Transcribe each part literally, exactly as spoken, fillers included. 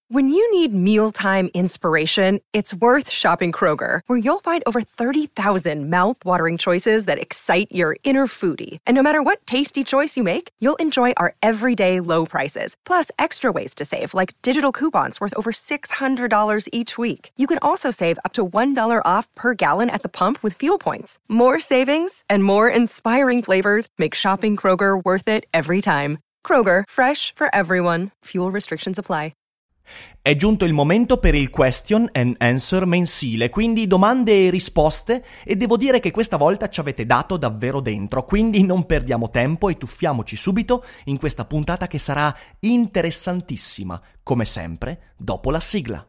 When you need mealtime inspiration, it's worth shopping Kroger, where you'll find over thirty thousand mouth-watering choices that excite your inner foodie. And no matter what tasty choice you make, you'll enjoy our everyday low prices, plus extra ways to save, like digital coupons worth over six hundred dollars each week. You can also save up to one dollar off per gallon at the pump with fuel points. More savings and more inspiring flavors make shopping Kroger worth it every time. Kroger, fresh for everyone. Fuel restrictions apply. È giunto il momento per il question and answer mensile, quindi domande e risposte, e devo dire che questa volta ci avete dato davvero dentro, quindi non perdiamo tempo e tuffiamoci subito in questa puntata che sarà interessantissima, come sempre, dopo la sigla.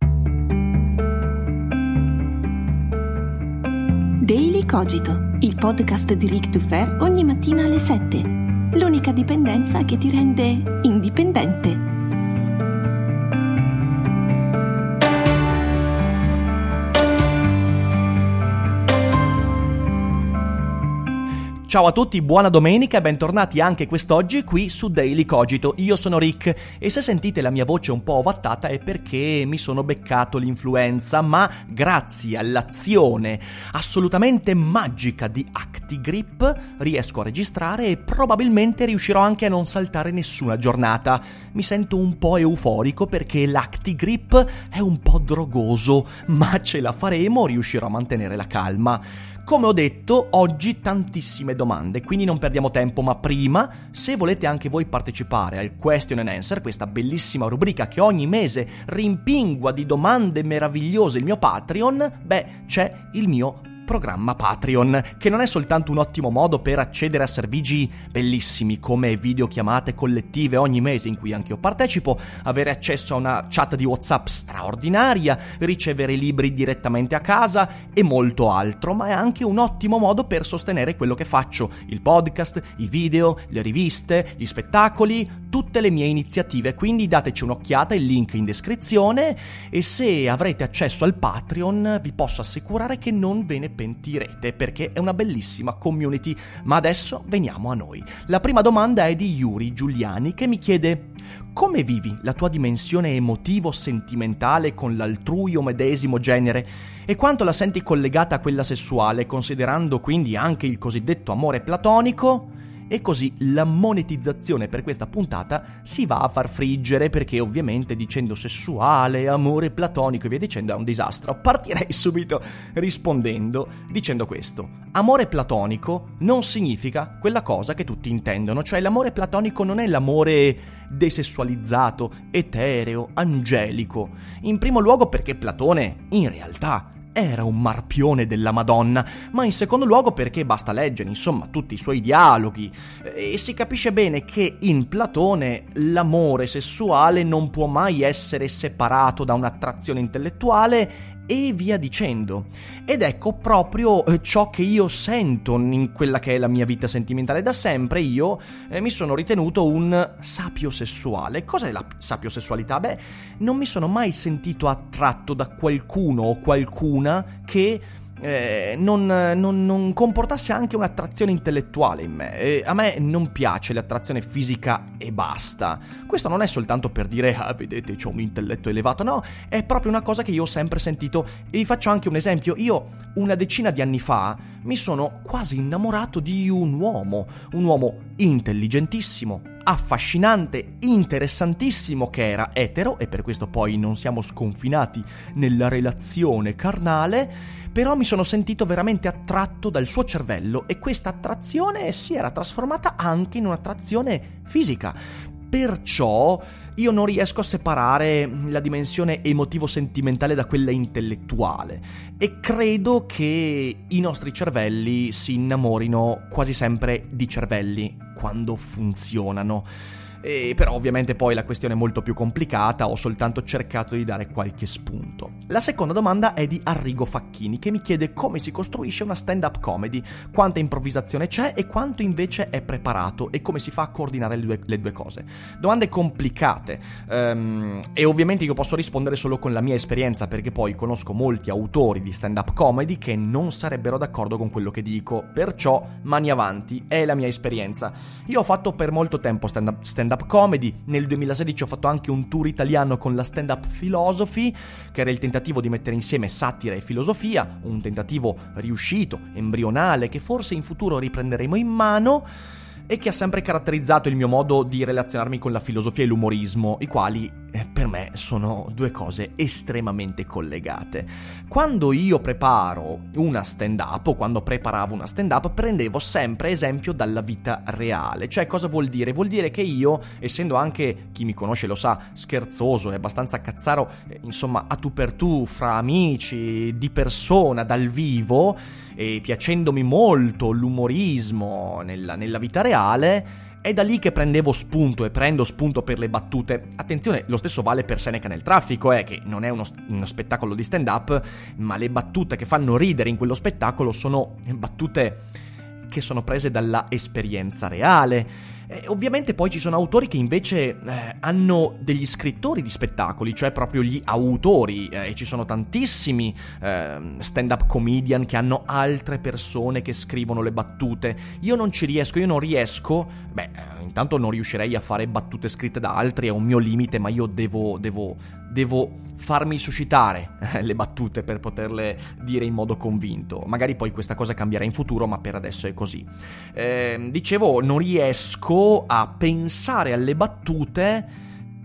Daily Cogito, il podcast di Rick Dufer ogni mattina alle sette. L'unica dipendenza che ti rende indipendente. Ciao a tutti, buona domenica e bentornati anche quest'oggi qui su Daily Cogito. Io sono Rick e se sentite la mia voce un po' ovattata è perché mi sono beccato l'influenza, ma grazie all'azione assolutamente magica di ActiGrip riesco a registrare e probabilmente riuscirò anche a non saltare nessuna giornata. Mi sento un po' euforico perché l'ActiGrip è un po' drogoso, ma ce la faremo, riuscirò a mantenere la calma. Come ho detto, oggi tantissime domande, quindi non perdiamo tempo, ma prima, se volete anche voi partecipare al Question and Answer, questa bellissima rubrica che ogni mese rimpingua di domande meravigliose il mio Patreon, beh, c'è il mio programma Patreon, che non è soltanto un ottimo modo per accedere a servigi bellissimi come videochiamate collettive ogni mese in cui anche io partecipo, avere accesso a una chat di WhatsApp straordinaria, ricevere libri direttamente a casa e molto altro, ma è anche un ottimo modo per sostenere quello che faccio, il podcast, i video, le riviste, gli spettacoli, tutte le mie iniziative, quindi dateci un'occhiata, il link in descrizione, e se avrete accesso al Patreon vi posso assicurare che non ve ne pentirete perché è una bellissima community. Ma adesso veniamo a noi. La prima domanda è di Yuri Giuliani che mi chiede: come vivi la tua dimensione emotivo-sentimentale con l'altrui o medesimo genere e quanto la senti collegata a quella sessuale, considerando quindi anche il cosiddetto amore platonico? E così la monetizzazione per questa puntata si va a far friggere, perché ovviamente dicendo sessuale, amore platonico e via dicendo è un disastro. Partirei subito rispondendo dicendo questo: amore platonico non significa quella cosa che tutti intendono, cioè l'amore platonico non è l'amore desessualizzato, etereo, angelico. In primo luogo perché Platone in realtà era un marpione della Madonna, ma in secondo luogo perché basta leggere, insomma, tutti i suoi dialoghi e si capisce bene che in Platone l'amore sessuale non può mai essere separato da un'attrazione intellettuale e via dicendo. Ed ecco proprio ciò che io sento in quella che è la mia vita sentimentale. Da sempre io eh, mi sono ritenuto un sapiosessuale. Cos'è la sapiosessualità? Beh, non mi sono mai sentito attratto da qualcuno o qualcuna che Eh, non, non, non comportasse anche un'attrazione intellettuale in me. Eh, a me non piace l'attrazione fisica e basta. Questo non è soltanto per dire ah, vedete, c'ho un intelletto elevato, no, è proprio una cosa che io ho sempre sentito. E vi faccio anche un esempio. Io una decina di anni fa mi sono quasi innamorato di un uomo, un uomo intelligentissimo, affascinante, interessantissimo, che era etero, e per questo poi non siamo sconfinati nella relazione carnale. Però mi sono sentito veramente attratto dal suo cervello e questa attrazione si era trasformata anche in un'attrazione fisica. Perciò io non riesco a separare la dimensione emotivo-sentimentale da quella intellettuale e credo che i nostri cervelli si innamorino quasi sempre di cervelli quando funzionano. E però ovviamente poi la questione è molto più complicata, ho soltanto cercato di dare qualche spunto. La seconda domanda è di Arrigo Facchini che mi chiede come si costruisce una stand-up comedy, quanta improvvisazione c'è e quanto invece è preparato e come si fa a coordinare le due, le due cose. Domande complicate um, e ovviamente io posso rispondere solo con la mia esperienza, perché poi conosco molti autori di stand-up comedy che non sarebbero d'accordo con quello che dico, perciò mani avanti, è la mia esperienza. Io ho fatto per molto tempo stand-up, stand-up stand-up comedy. Nel duemilasedici ho fatto anche un tour italiano con la stand-up philosophy, che era il tentativo di mettere insieme satira e filosofia, un tentativo riuscito, embrionale, che forse in futuro riprenderemo in mano, e che ha sempre caratterizzato il mio modo di relazionarmi con la filosofia e l'umorismo, i quali eh, per me sono due cose estremamente collegate. Quando io preparo una stand-up, o quando preparavo una stand-up, prendevo sempre esempio dalla vita reale. Cioè, cosa vuol dire? Vuol dire che io, essendo anche, chi mi conosce lo sa, scherzoso e abbastanza cazzaro, eh, insomma, a tu per tu, fra amici, di persona, dal vivo, e piacendomi molto l'umorismo nella, nella vita reale, è da lì che prendevo spunto e prendo spunto per le battute. Attenzione, lo stesso vale per Seneca nel traffico, eh, che non è uno, uno spettacolo di stand-up, ma le battute che fanno ridere in quello spettacolo sono battute che sono prese dalla esperienza reale. Eh, ovviamente poi ci sono autori che invece eh, hanno degli scrittori di spettacoli, cioè proprio gli autori, eh, e ci sono tantissimi eh, stand-up comedian che hanno altre persone che scrivono le battute. Io non ci riesco, io non riesco, beh, eh, intanto non riuscirei a fare battute scritte da altri, è un mio limite, ma io devo, devo, devo farmi suscitare eh, le battute per poterle dire in modo convinto. Magari poi questa cosa cambierà in futuro, ma per adesso è così. Eh, dicevo, non riesco a pensare alle battute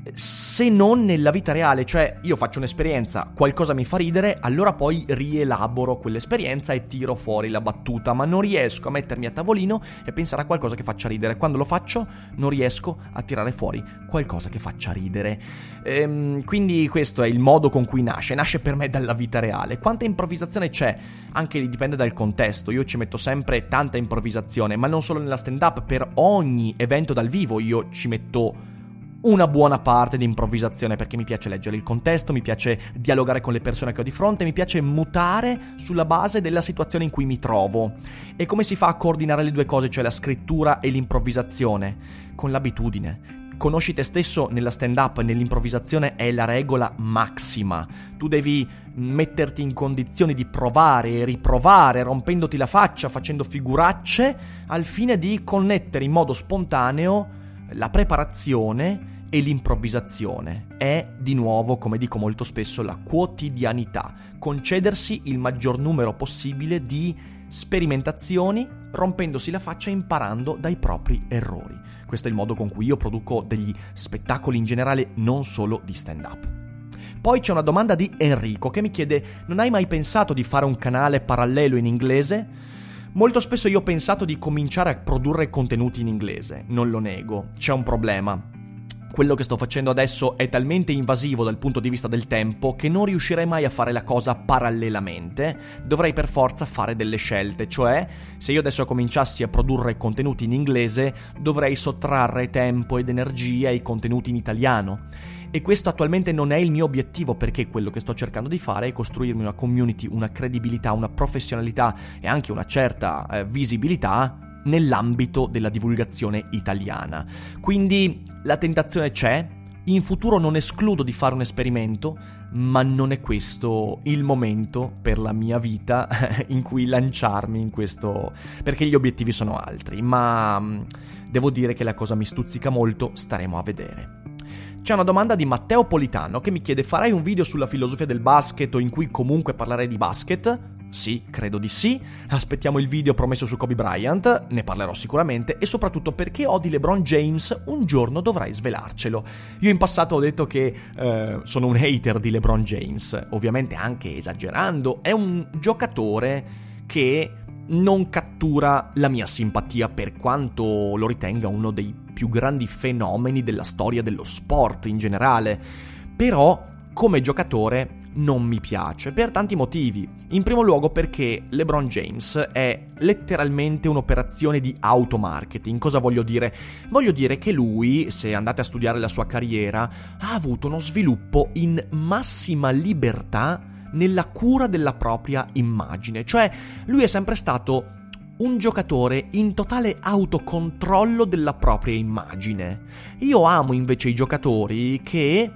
se non nella vita reale, cioè io faccio un'esperienza, qualcosa mi fa ridere, allora poi rielaboro quell'esperienza e tiro fuori la battuta, ma non riesco a mettermi a tavolino e pensare a qualcosa che faccia ridere. Quando lo faccio non riesco a tirare fuori qualcosa che faccia ridere. Ehm, quindi questo è il modo con cui nasce, nasce per me dalla vita reale. Quanta improvvisazione c'è? Anche dipende dal contesto, io ci metto sempre tanta improvvisazione, ma non solo nella stand-up, per ogni evento dal vivo io ci metto una buona parte di improvvisazione, perché mi piace leggere il contesto, mi piace dialogare con le persone che ho di fronte, mi piace mutare sulla base della situazione in cui mi trovo. E come si fa a coordinare le due cose, cioè la scrittura e l'improvvisazione? Con l'abitudine. Conosci te stesso nella stand-up, nell'improvvisazione è la regola massima. Tu devi metterti in condizioni di provare e riprovare, rompendoti la faccia, facendo figuracce, al fine di connettere in modo spontaneo la preparazione e l'improvvisazione. È, di nuovo, come dico molto spesso, la quotidianità. Concedersi il maggior numero possibile di sperimentazioni, rompendosi la faccia e imparando dai propri errori. Questo è il modo con cui io produco degli spettacoli in generale, non solo di stand-up. Poi c'è una domanda di Enrico che mi chiede: non hai mai pensato di fare un canale parallelo in inglese? Molto spesso io ho pensato di cominciare a produrre contenuti in inglese, non lo nego, c'è un problema. Quello che sto facendo adesso è talmente invasivo dal punto di vista del tempo che non riuscirei mai a fare la cosa parallelamente, dovrei per forza fare delle scelte, cioè se io adesso cominciassi a produrre contenuti in inglese dovrei sottrarre tempo ed energia ai contenuti in italiano. E questo attualmente non è il mio obiettivo, perché quello che sto cercando di fare è costruirmi una community, una credibilità, una professionalità e anche una certa eh, visibilità nell'ambito della divulgazione italiana. Quindi la tentazione c'è, in futuro non escludo di fare un esperimento, ma non è questo il momento per la mia vita in cui lanciarmi in questo, perché gli obiettivi sono altri, ma devo dire che la cosa mi stuzzica molto, staremo a vedere. C'è una domanda di Matteo Politano che mi chiede: farai un video sulla filosofia del basket o in cui comunque parlerei di basket? Sì, credo di sì. Aspettiamo il video promesso su Kobe Bryant, ne parlerò sicuramente, e soprattutto perché odi LeBron James, un giorno dovrai svelarcelo. Io in passato ho detto che eh, sono un hater di LeBron James, ovviamente anche esagerando. È un giocatore che non cattura la mia simpatia, per quanto lo ritenga uno dei più grandi fenomeni della storia dello sport in generale. Però come giocatore non mi piace per tanti motivi. In primo luogo perché LeBron James è letteralmente un'operazione di automarketing. Cosa voglio dire? Voglio dire che lui, se andate a studiare la sua carriera, ha avuto uno sviluppo in massima libertà nella cura della propria immagine. Cioè, lui è sempre stato un giocatore in totale autocontrollo della propria immagine. Io amo invece i giocatori che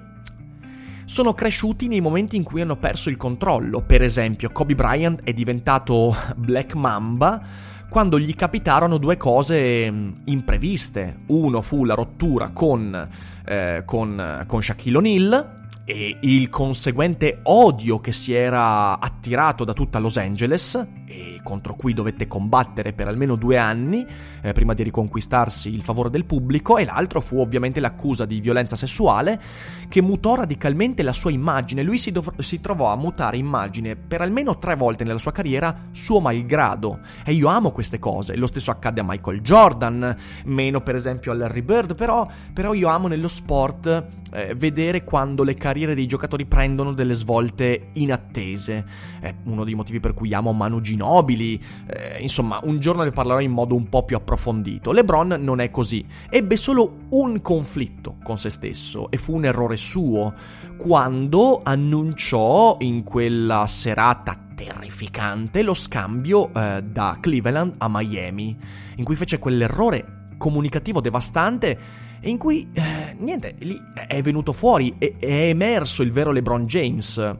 sono cresciuti nei momenti in cui hanno perso il controllo. Per esempio, Kobe Bryant è diventato Black Mamba quando gli capitarono due cose impreviste. Uno fu la rottura con, eh, con, con Shaquille O'Neal e il conseguente odio che si era attirato da tutta Los Angeles e contro cui dovette combattere per almeno due anni eh, prima di riconquistarsi il favore del pubblico, e l'altro fu ovviamente l'accusa di violenza sessuale che mutò radicalmente la sua immagine. Lui si, dov- si trovò a mutare immagine per almeno tre volte nella sua carriera suo malgrado, e io amo queste cose. Lo stesso accade a Michael Jordan, meno per esempio a Larry Bird, però, però io amo nello sport eh, vedere quando le carriere dei giocatori prendono delle svolte inattese. È uno dei motivi per cui amo Manu Ginobili, eh, insomma un giorno ne parlerò in modo un po' più approfondito. LeBron non è così, ebbe solo un conflitto con se stesso e fu un errore suo quando annunciò in quella serata terrificante lo scambio eh, da Cleveland a Miami, in cui fece quell'errore comunicativo devastante e in cui eh, niente, lì è venuto fuori, è, è emerso il vero LeBron James, eh,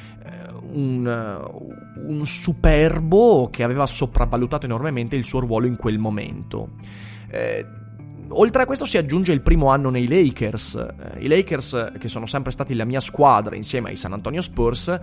un, un superbo che aveva sopravvalutato enormemente il suo ruolo in quel momento. Eh, oltre a questo si aggiunge il primo anno nei Lakers, eh, i Lakers che sono sempre stati la mia squadra insieme ai San Antonio Spurs.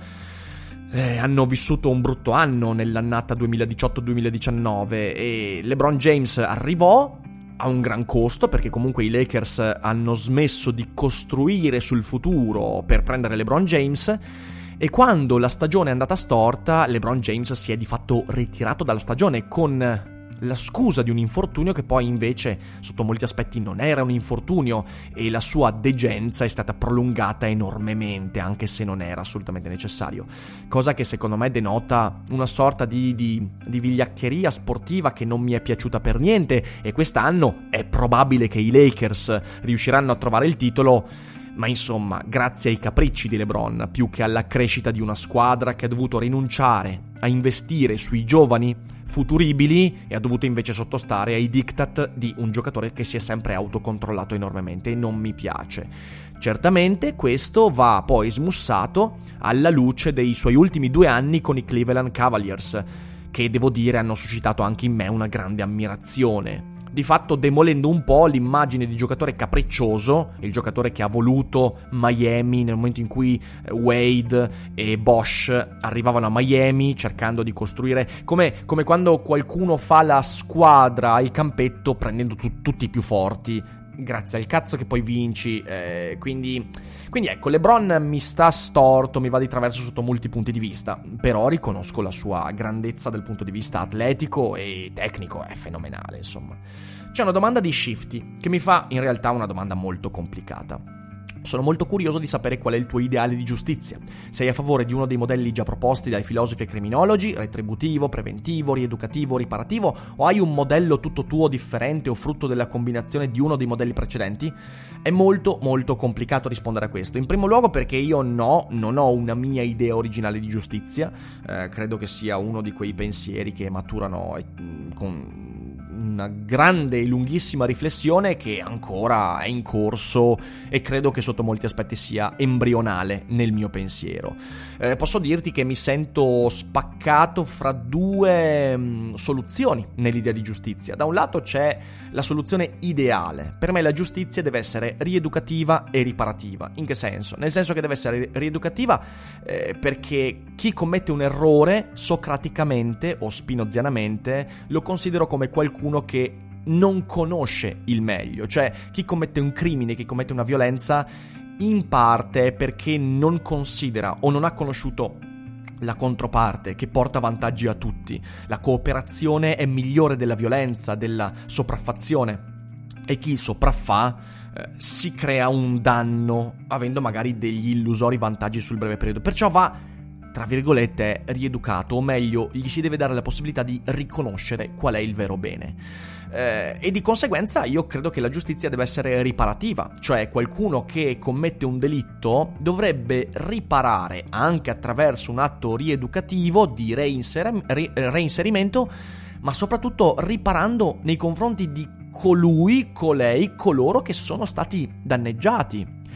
Eh, hanno vissuto un brutto anno nell'annata duemiladiciotto duemiladiciannove e LeBron James arrivò a un gran costo, perché comunque i Lakers hanno smesso di costruire sul futuro per prendere LeBron James, e quando la stagione è andata storta LeBron James si è di fatto ritirato dalla stagione con la scusa di un infortunio che poi invece sotto molti aspetti non era un infortunio, e la sua degenza è stata prolungata enormemente anche se non era assolutamente necessario, cosa che secondo me denota una sorta di, di, di vigliaccheria sportiva che non mi è piaciuta per niente. E quest'anno è probabile che i Lakers riusciranno a trovare il titolo, ma insomma grazie ai capricci di LeBron più che alla crescita di una squadra che ha dovuto rinunciare a investire sui giovani futuribili e ha dovuto invece sottostare ai diktat di un giocatore che si è sempre autocontrollato enormemente, e non mi piace. Certamente questo va poi smussato alla luce dei suoi ultimi due anni con i Cleveland Cavaliers, che devo dire hanno suscitato anche in me una grande ammirazione, di fatto demolendo un po' l'immagine di giocatore capriccioso, il giocatore che ha voluto Miami nel momento in cui Wade e Bosch arrivavano a Miami cercando di costruire, come, come quando qualcuno fa la squadra al campetto prendendo tu, tutti i più forti, grazie al cazzo che poi vinci, eh, quindi, quindi ecco, LeBron mi sta storto, mi va di traverso sotto molti punti di vista, però riconosco la sua grandezza dal punto di vista atletico e tecnico, è fenomenale, insomma. C'è una domanda di Shifty che mi fa in realtà una domanda molto complicata. Sono molto curioso di sapere qual è il tuo ideale di giustizia. Sei a favore di uno dei modelli già proposti dai filosofi e criminologi, retributivo, preventivo, rieducativo, riparativo, o hai un modello tutto tuo differente o frutto della combinazione di uno dei modelli precedenti? È molto molto complicato rispondere a questo. In primo luogo perché io no, non ho una mia idea originale di giustizia, eh, credo che sia uno di quei pensieri che maturano eh, con una grande e lunghissima riflessione che ancora è in corso e credo che sotto molti aspetti sia embrionale nel mio pensiero. Eh, posso dirti che mi sento spaccato fra due mh, soluzioni nell'idea di giustizia. Da un lato c'è la soluzione ideale. Per me la giustizia deve essere rieducativa e riparativa. In che senso? Nel senso che deve essere rieducativa eh, perché chi commette un errore socraticamente o spinozianamente lo considero come qualcuno che non conosce il meglio, cioè chi commette un crimine, chi commette una violenza in parte perché non considera o non ha conosciuto la controparte che porta vantaggi a tutti. La cooperazione è migliore della violenza, della sopraffazione, e chi sopraffà eh, si crea un danno avendo magari degli illusori vantaggi sul breve periodo, perciò va, tra virgolette, rieducato, o meglio gli si deve dare la possibilità di riconoscere qual è il vero bene. Eh, e di conseguenza io credo che la giustizia deve essere riparativa, cioè qualcuno che commette un delitto dovrebbe riparare anche attraverso un atto rieducativo di reinseri- re- reinserimento, ma soprattutto riparando nei confronti di colui, colei, coloro che sono stati danneggiati.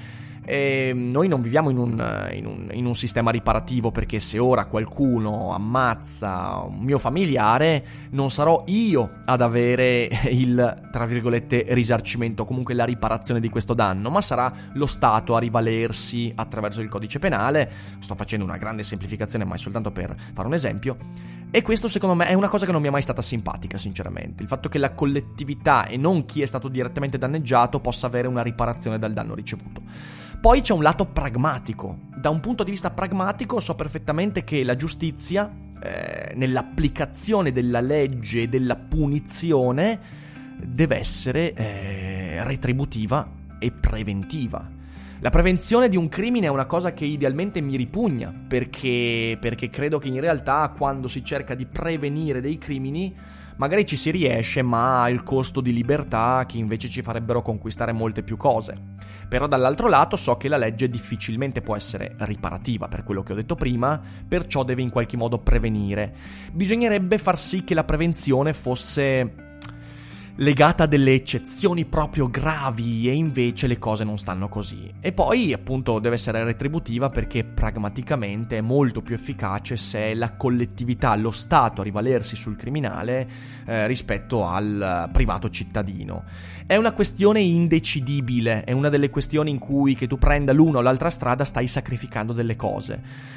E noi non viviamo in un, in, un, in un sistema riparativo, perché se ora qualcuno ammazza un mio familiare non sarò io ad avere il, tra virgolette, risarcimento, comunque la riparazione di questo danno, ma sarà lo Stato a rivalersi attraverso il codice penale. Sto facendo una grande semplificazione, ma è soltanto per fare un esempio. E questo secondo me è una cosa che non mi è mai stata simpatica, sinceramente, il fatto che la collettività e non chi è stato direttamente danneggiato possa avere una riparazione dal danno ricevuto. Poi c'è un lato pragmatico. Da un punto di vista pragmatico so perfettamente che la giustizia, eh, nell'applicazione della legge e della punizione, deve essere eh, retributiva e preventiva. La prevenzione di un crimine è una cosa che idealmente mi ripugna, perché, perché credo che in realtà quando si cerca di prevenire dei crimini magari ci si riesce, ma al costo di libertà che invece ci farebbero conquistare molte più cose. Però dall'altro lato so che la legge difficilmente può essere riparativa, per quello che ho detto prima, perciò deve in qualche modo prevenire. Bisognerebbe far sì che la prevenzione fosse legata a delle eccezioni proprio gravi, e invece le cose non stanno così. E poi appunto deve essere retributiva, perché pragmaticamente è molto più efficace se è la collettività, lo Stato a rivalersi sul criminale eh, rispetto al privato cittadino. È una questione indecidibile, è una delle questioni in cui che tu prenda l'una o l'altra strada stai sacrificando delle cose,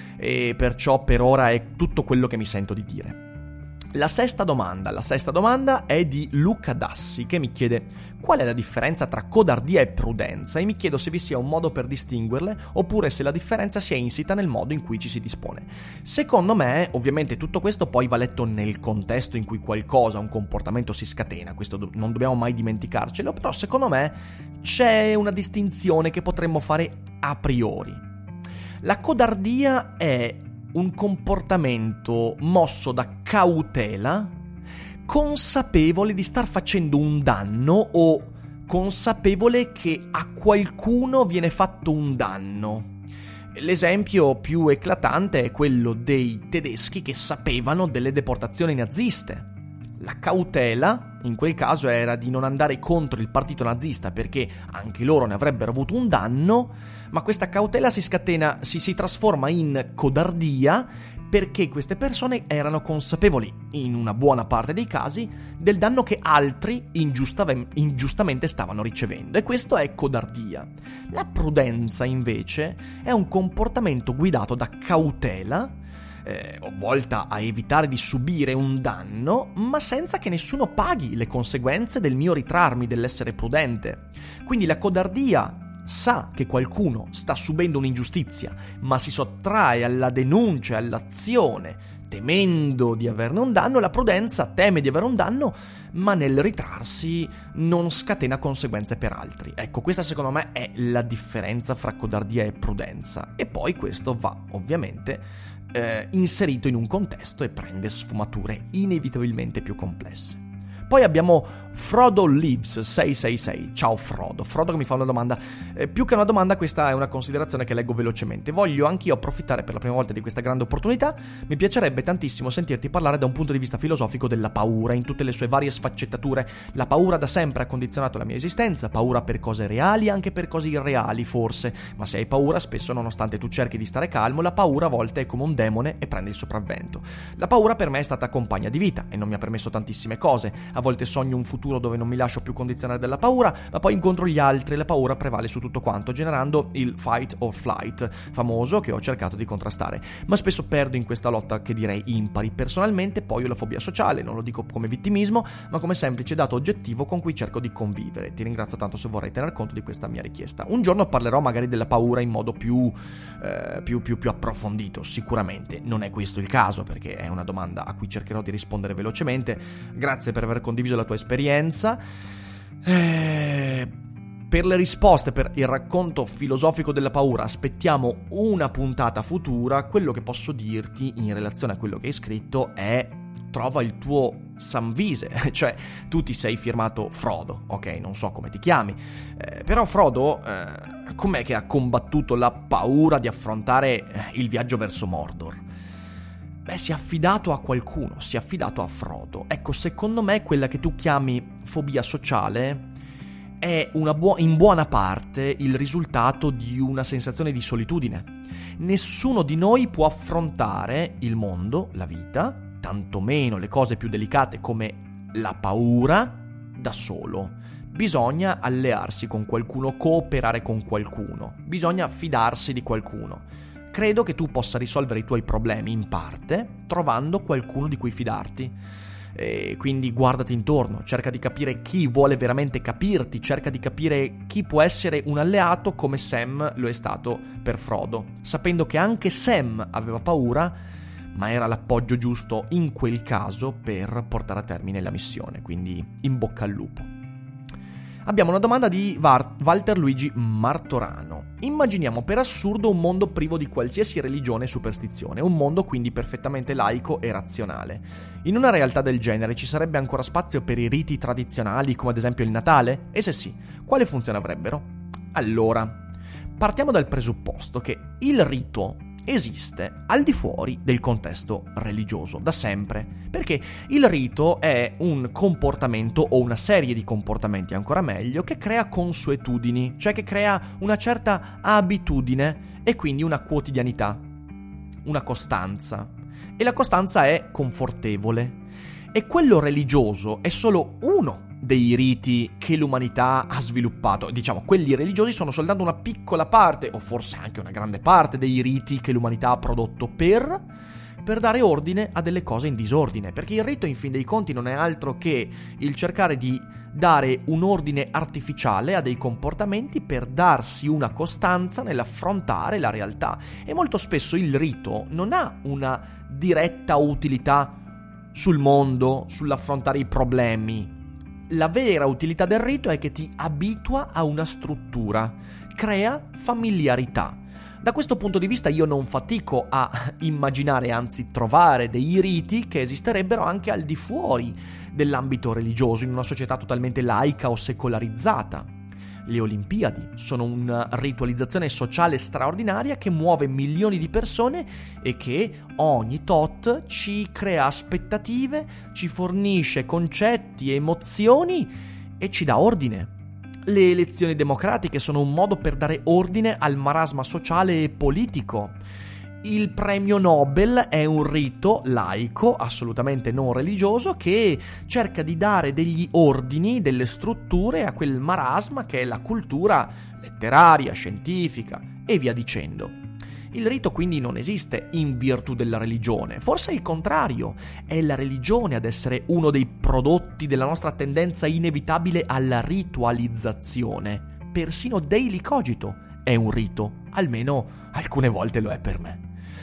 e perciò per ora è tutto quello che mi sento di dire. La sesta domanda, la sesta domanda è di Luca Dassi, che mi chiede qual è la differenza tra codardia e prudenza, e mi chiedo se vi sia un modo per distinguerle oppure se la differenza sia insita nel modo in cui ci si dispone. Secondo me, ovviamente tutto questo poi va letto nel contesto in cui qualcosa, un comportamento si scatena, questo do- non dobbiamo mai dimenticarcelo, però secondo me c'è una distinzione che potremmo fare a priori. La codardia è un comportamento mosso da cautela, consapevole di star facendo un danno o consapevole che a qualcuno viene fatto un danno. L'esempio più eclatante è quello dei tedeschi che sapevano delle deportazioni naziste. La cautela, in quel caso, era di non andare contro il partito nazista perché anche loro ne avrebbero avuto un danno, ma questa cautela si scatena, si, si trasforma in codardia perché queste persone erano consapevoli, in una buona parte dei casi, del danno che altri ingiusta- ingiustamente stavano ricevendo, e questo è codardia. La prudenza, invece, è un comportamento guidato da cautela, Eh, volta a evitare di subire un danno, ma senza che nessuno paghi le conseguenze del mio ritrarmi, dell'essere prudente. Quindi la codardia sa che qualcuno sta subendo un'ingiustizia, ma si sottrae alla denuncia e all'azione, temendo di averne un danno. La prudenza teme di avere un danno, ma nel ritrarsi non scatena conseguenze per altri. Ecco, questa secondo me è la differenza fra codardia e prudenza. E poi questo va, ovviamente, Eh, inserito in un contesto e prende sfumature inevitabilmente più complesse. Poi abbiamo Frodo Lives sei sei sei. Ciao Frodo. Frodo che mi fa una domanda. Eh, più che una domanda, questa è una considerazione che leggo velocemente. Voglio anch'io approfittare per la prima volta di questa grande opportunità. Mi piacerebbe tantissimo sentirti parlare da un punto di vista filosofico della paura in tutte le sue varie sfaccettature. La paura da sempre ha condizionato la mia esistenza, paura per cose reali, anche per cose irreali forse, ma se hai paura spesso, nonostante tu cerchi di stare calmo, la paura a volte è come un demone e prende il sopravvento. La paura per me è stata compagna di vita e non mi ha permesso tantissime cose. A volte sogno un futuro dove non mi lascio più condizionare dalla paura, ma poi incontro gli altri e la paura prevale su tutto quanto, generando il fight or flight famoso che ho cercato di contrastare. Ma spesso perdo in questa lotta che direi impari. Personalmente poi ho la fobia sociale, non lo dico come vittimismo, ma come semplice dato oggettivo con cui cerco di convivere. Ti ringrazio tanto se vorrai tener conto di questa mia richiesta. Un giorno parlerò magari della paura in modo più, eh, più, più, più approfondito, sicuramente. Non è questo il caso, perché è una domanda a cui cercherò di rispondere velocemente. Grazie per aver condiviso la tua esperienza. Eh, per le risposte, per il racconto filosofico della paura, aspettiamo una puntata futura. Quello che posso dirti in relazione a quello che hai scritto è: trova il tuo Sanvise, cioè tu ti sei firmato Frodo, ok, non so come ti chiami, eh, però Frodo eh, com'è che ha combattuto la paura di affrontare il viaggio verso Mordor? Beh, si è affidato a qualcuno, si è affidato a Frodo. Ecco, secondo me quella che tu chiami fobia sociale è una buo- in buona parte il risultato di una sensazione di solitudine. Nessuno di noi può affrontare il mondo, la vita, tantomeno le cose più delicate come la paura, da solo. Bisogna allearsi con qualcuno, cooperare con qualcuno, bisogna fidarsi di qualcuno. Credo che tu possa risolvere i tuoi problemi in parte trovando qualcuno di cui fidarti. E quindi guardati intorno, cerca di capire chi vuole veramente capirti, cerca di capire chi può essere un alleato come Sam lo è stato per Frodo, sapendo che anche Sam aveva paura, ma era l'appoggio giusto in quel caso per portare a termine la missione, quindi in bocca al lupo. Abbiamo una domanda di Var- Walter Luigi Martorano. Immaginiamo per assurdo un mondo privo di qualsiasi religione e superstizione, un mondo quindi perfettamente laico e razionale. In una realtà del genere ci sarebbe ancora spazio per i riti tradizionali come ad esempio il Natale? E se sì, quale funzione avrebbero? Allora, partiamo dal presupposto che il rito esiste al di fuori del contesto religioso, da sempre, perché il rito è un comportamento o una serie di comportamenti, ancora meglio, che crea consuetudini, cioè che crea una certa abitudine e quindi una quotidianità, una costanza. E la costanza è confortevole. E quello religioso è solo uno dei riti che l'umanità ha sviluppato. Diciamo, quelli religiosi sono soltanto una piccola parte, o forse anche una grande parte, dei riti che l'umanità ha prodotto per, per dare ordine a delle cose in disordine. Perché il rito, in fin dei conti, non è altro che il cercare di dare un ordine artificiale a dei comportamenti per darsi una costanza nell'affrontare la realtà. E molto spesso il rito non ha una diretta utilità sul mondo, sull'affrontare i problemi. La vera utilità del rito è che ti abitua a una struttura, crea familiarità. Da questo punto di vista io non fatico a immaginare, anzi trovare dei riti che esisterebbero anche al di fuori dell'ambito religioso, in una società totalmente laica o secolarizzata. Le Olimpiadi sono una ritualizzazione sociale straordinaria che muove milioni di persone e che ogni tot ci crea aspettative, ci fornisce concetti, emozioni e ci dà ordine. Le elezioni democratiche sono un modo per dare ordine al marasma sociale e politico. Il premio Nobel è un rito laico, assolutamente non religioso, che cerca di dare degli ordini, delle strutture a quel marasma che è la cultura letteraria, scientifica e via dicendo. Il rito quindi non esiste in virtù della religione, forse è il contrario, è la religione ad essere uno dei prodotti della nostra tendenza inevitabile alla ritualizzazione. Persino Daily Cogito è un rito, almeno alcune volte lo è per me.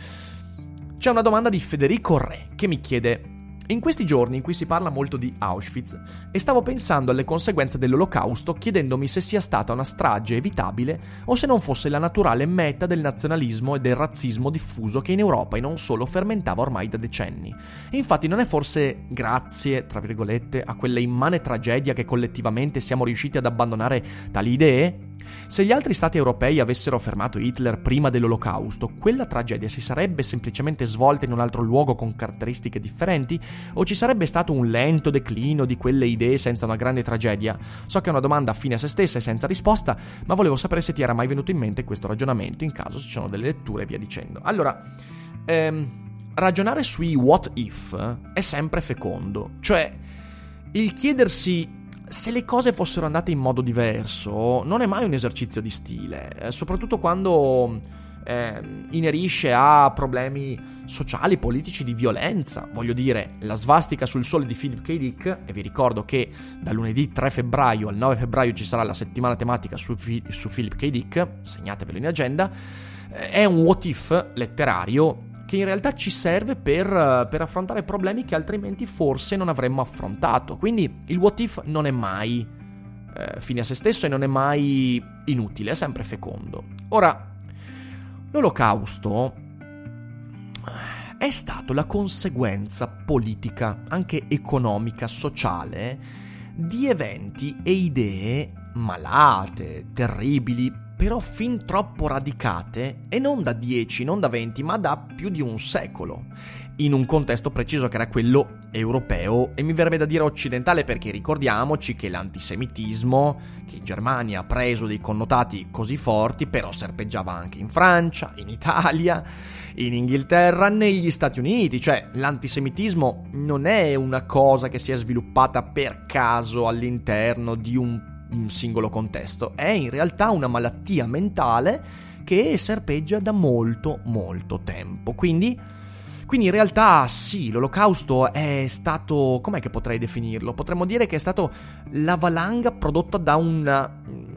C'è una domanda di Federico Re che mi chiede: in questi giorni in cui si parla molto di Auschwitz e stavo pensando alle conseguenze dell'Olocausto, chiedendomi se sia stata una strage evitabile o se non fosse la naturale meta del nazionalismo e del razzismo diffuso che in Europa e non solo fermentava ormai da decenni. E infatti non è forse grazie, tra virgolette, a quella immane tragedia che collettivamente siamo riusciti ad abbandonare tali idee? Se gli altri stati europei avessero fermato Hitler prima dell'Olocausto, quella tragedia si sarebbe semplicemente svolta in un altro luogo con caratteristiche differenti? O ci sarebbe stato un lento declino di quelle idee senza una grande tragedia? So che è una domanda fine a se stessa e senza risposta, ma volevo sapere se ti era mai venuto in mente questo ragionamento, in caso ci sono delle letture e via dicendo. Allora, ehm, ragionare sui what if è sempre fecondo, cioè il chiedersi se le cose fossero andate in modo diverso non è mai un esercizio di stile, eh, soprattutto quando eh, inerisce a problemi sociali, politici, di violenza. Voglio dire, la svastica sul sole di Philip K. Dick, e vi ricordo che da lunedì tre febbraio al nove febbraio ci sarà la settimana tematica su, su Philip K. Dick, segnatevelo in agenda, eh, è un what if letterario che in realtà ci serve per, per affrontare problemi che altrimenti forse non avremmo affrontato. Quindi il what if non è mai eh, fine a se stesso e non è mai inutile, è sempre fecondo. Ora, l'Olocausto è stato la conseguenza politica, anche economica, sociale, di eventi e idee malate, terribili, però fin troppo radicate, e non da dieci, non da venti, ma da più di un secolo, in un contesto preciso che era quello europeo e mi verrebbe da dire occidentale, perché ricordiamoci che l'antisemitismo, che in Germania ha preso dei connotati così forti, però serpeggiava anche in Francia, in Italia, in Inghilterra, negli Stati Uniti. Cioè l'antisemitismo non è una cosa che si è sviluppata per caso all'interno di un, un singolo contesto, è in realtà una malattia mentale che serpeggia da molto molto tempo. Quindi Quindi in realtà sì, l'Olocausto è stato, com'è che potrei definirlo? Potremmo dire che è stato la valanga prodotta da una,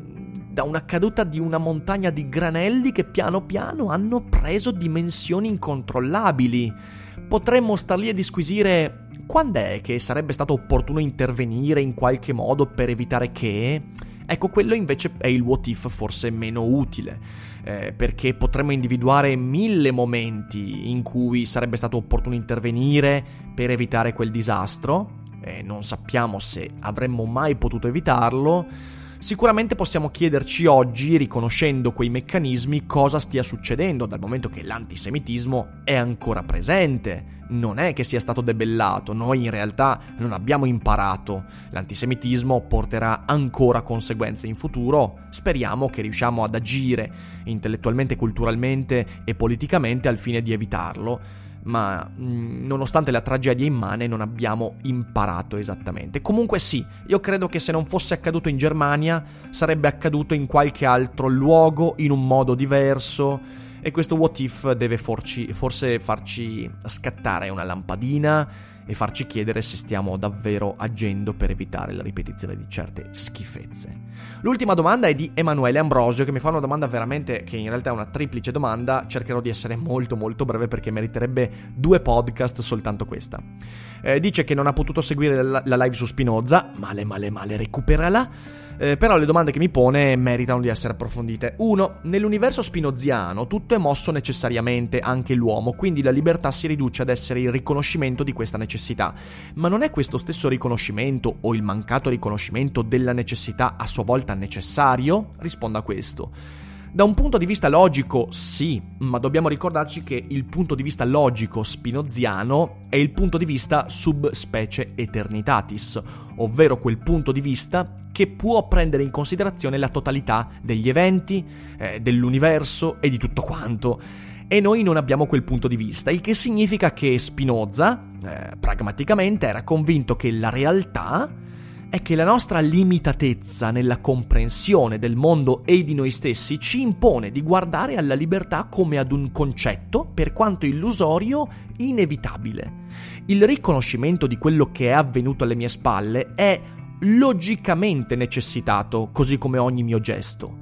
da una caduta di una montagna di granelli che piano piano hanno preso dimensioni incontrollabili. Potremmo star lì a disquisire quando è che sarebbe stato opportuno intervenire in qualche modo per evitare che... Ecco, quello invece è il what if forse meno utile, eh, perché potremmo individuare mille momenti in cui sarebbe stato opportuno intervenire per evitare quel disastro, e non sappiamo se avremmo mai potuto evitarlo. Sicuramente possiamo chiederci oggi, riconoscendo quei meccanismi, cosa stia succedendo, dal momento che l'antisemitismo è ancora presente. Non è che sia stato debellato, noi in realtà non abbiamo imparato. L'antisemitismo porterà ancora conseguenze in futuro, speriamo che riusciamo ad agire intellettualmente, culturalmente e politicamente al fine di evitarlo, ma mh, nonostante la tragedia immane non abbiamo imparato esattamente. Comunque sì, io credo che se non fosse accaduto in Germania sarebbe accaduto in qualche altro luogo, in un modo diverso. E questo what if deve forci, forse farci scattare una lampadina e farci chiedere se stiamo davvero agendo per evitare la ripetizione di certe schifezze. L'ultima domanda è di Emanuele Ambrosio, che mi fa una domanda veramente che in realtà è una triplice domanda. Cercherò di essere molto molto breve perché meriterebbe due podcast soltanto questa. Eh, dice che non ha potuto seguire la, la live su Spinoza, male male male, recuperala. Eh, però le domande che mi pone meritano di essere approfondite. uno. Nell'universo spinoziano tutto è mosso necessariamente, anche l'uomo, quindi la libertà si riduce ad essere il riconoscimento di questa necessità. Ma non è questo stesso riconoscimento o il mancato riconoscimento della necessità a sua volta necessario? Rispondo a questo. Da un punto di vista logico, sì, ma dobbiamo ricordarci che il punto di vista logico spinoziano è il punto di vista sub specie eternitatis, ovvero quel punto di vista che può prendere in considerazione la totalità degli eventi, eh, dell'universo e di tutto quanto. E noi non abbiamo quel punto di vista, il che significa che Spinoza, eh, pragmaticamente, era convinto che la realtà è che la nostra limitatezza nella comprensione del mondo e di noi stessi ci impone di guardare alla libertà come ad un concetto, per quanto illusorio, inevitabile. Il riconoscimento di quello che è avvenuto alle mie spalle è logicamente necessitato, così come ogni mio gesto.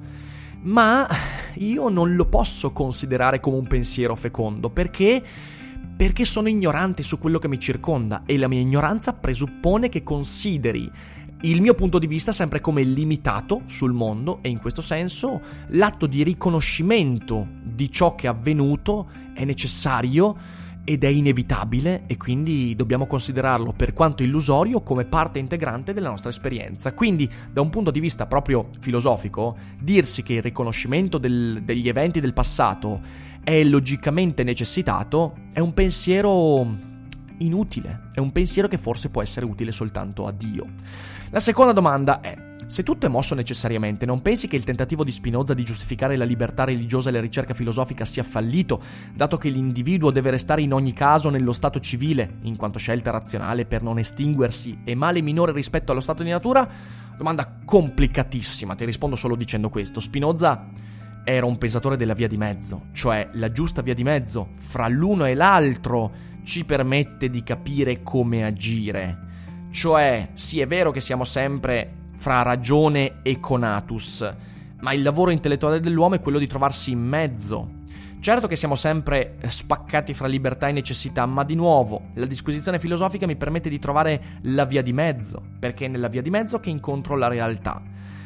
Ma io non lo posso considerare come un pensiero fecondo, perché... perché sono ignorante su quello che mi circonda e la mia ignoranza presuppone che consideri il mio punto di vista sempre come limitato sul mondo, e in questo senso l'atto di riconoscimento di ciò che è avvenuto è necessario ed è inevitabile, e quindi dobbiamo considerarlo, per quanto illusorio, come parte integrante della nostra esperienza. Quindi, da un punto di vista proprio filosofico, dirsi che il riconoscimento del, degli eventi del passato è logicamente necessitato è un pensiero inutile, è un pensiero che forse può essere utile soltanto a Dio. La seconda domanda è: se tutto è mosso necessariamente, non pensi che il tentativo di Spinoza di giustificare la libertà religiosa e la ricerca filosofica sia fallito, dato che l'individuo deve restare in ogni caso nello stato civile, in quanto scelta razionale per non estinguersi e male minore rispetto allo stato di natura? Domanda complicatissima, ti rispondo solo dicendo questo. Spinoza era un pensatore della via di mezzo, cioè la giusta via di mezzo fra l'uno e l'altro ci permette di capire come agire. Cioè, sì, è vero che siamo sempre fra ragione e conatus, ma il lavoro intellettuale dell'uomo è quello di trovarsi in mezzo. Certo che siamo sempre spaccati fra libertà e necessità, ma di nuovo la disquisizione filosofica mi permette di trovare la via di mezzo, perché è nella via di mezzo che incontro la realtà.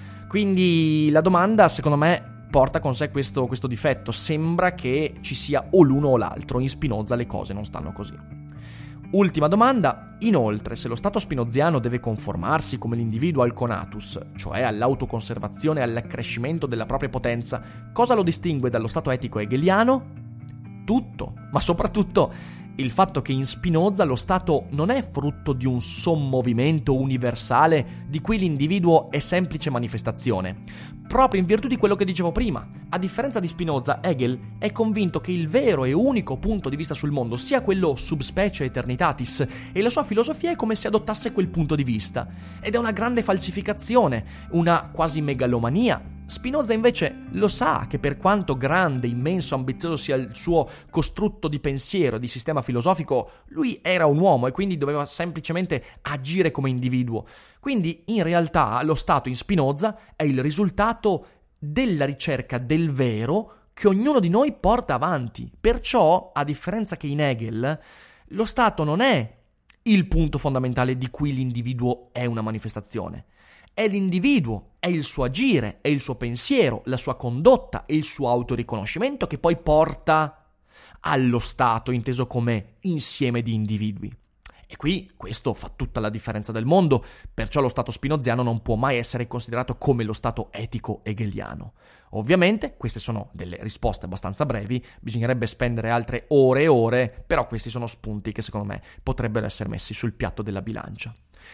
Quindi la domanda, secondo me, porta con sé questo, questo difetto. Sembra che ci sia o l'uno o l'altro. In Spinoza le cose non stanno così. Ultima domanda, inoltre, se lo stato spinoziano deve conformarsi come l'individuo al conatus, cioè all'autoconservazione e all'accrescimento della propria potenza, cosa lo distingue dallo stato etico hegeliano? Tutto, ma soprattutto il fatto che in Spinoza lo stato non è frutto di un sommovimento universale di cui l'individuo è semplice manifestazione, proprio in virtù di quello che dicevo prima. A differenza di Spinoza, Hegel è convinto che il vero e unico punto di vista sul mondo sia quello subspecie eternitatis, e la sua filosofia è come se adottasse quel punto di vista. Ed è una grande falsificazione, una quasi megalomania. Spinoza invece lo sa che per quanto grande, immenso, ambizioso sia il suo costrutto di pensiero e di sistema filosofico, lui era un uomo e quindi doveva semplicemente agire come individuo. Quindi in realtà lo stato in Spinoza è il risultato della ricerca del vero che ognuno di noi porta avanti. Perciò, a differenza che in Hegel, lo stato non è il punto fondamentale di cui l'individuo è una manifestazione. È l'individuo, è il suo agire, è il suo pensiero, la sua condotta e il suo autoriconoscimento che poi porta allo stato inteso come insieme di individui. E qui questo fa tutta la differenza del mondo, perciò lo stato spinoziano non può mai essere considerato come lo stato etico hegeliano. Ovviamente queste sono delle risposte abbastanza brevi, bisognerebbe spendere altre ore e ore, però questi sono spunti che secondo me potrebbero essere messi sul piatto della bilancia.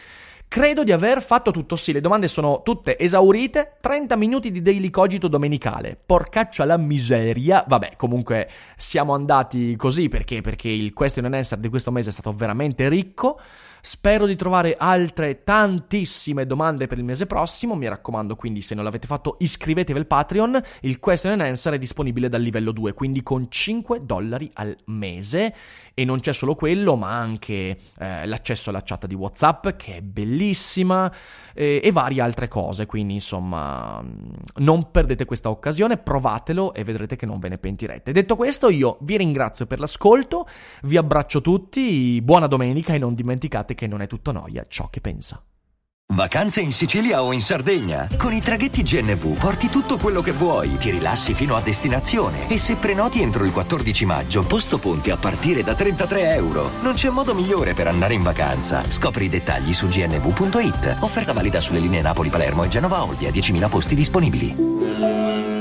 Credo di aver fatto tutto, sì, le domande sono tutte esaurite, trenta minuti di Daily Cogito domenicale, porcaccia la miseria, vabbè, comunque siamo andati così perché perché il question and answer di questo mese è stato veramente ricco. Spero di trovare altre tantissime domande per il mese prossimo, mi raccomando, quindi se non l'avete fatto iscrivetevi al Patreon, il question and answer è disponibile dal livello due, quindi con cinque dollari al mese, e non c'è solo quello, ma anche eh, l'accesso alla chat di WhatsApp, che è bellissima, eh, e varie altre cose, quindi insomma non perdete questa occasione, provatelo e vedrete che non ve ne pentirete. Detto questo, io vi ringrazio per l'ascolto, vi abbraccio tutti, buona domenica e non dimenticate che non è tutto noia ciò che pensa. Vacanze in Sicilia o in Sardegna? Con i traghetti G N V porti tutto quello che vuoi, ti rilassi fino a destinazione e se prenoti entro il quattordici maggio, posto ponti a partire da trentatré euro. Non c'è modo migliore per andare in vacanza. Scopri i dettagli su g n v punto i t. Offerta valida sulle linee Napoli-Palermo e Genova-Olbia, diecimila posti disponibili.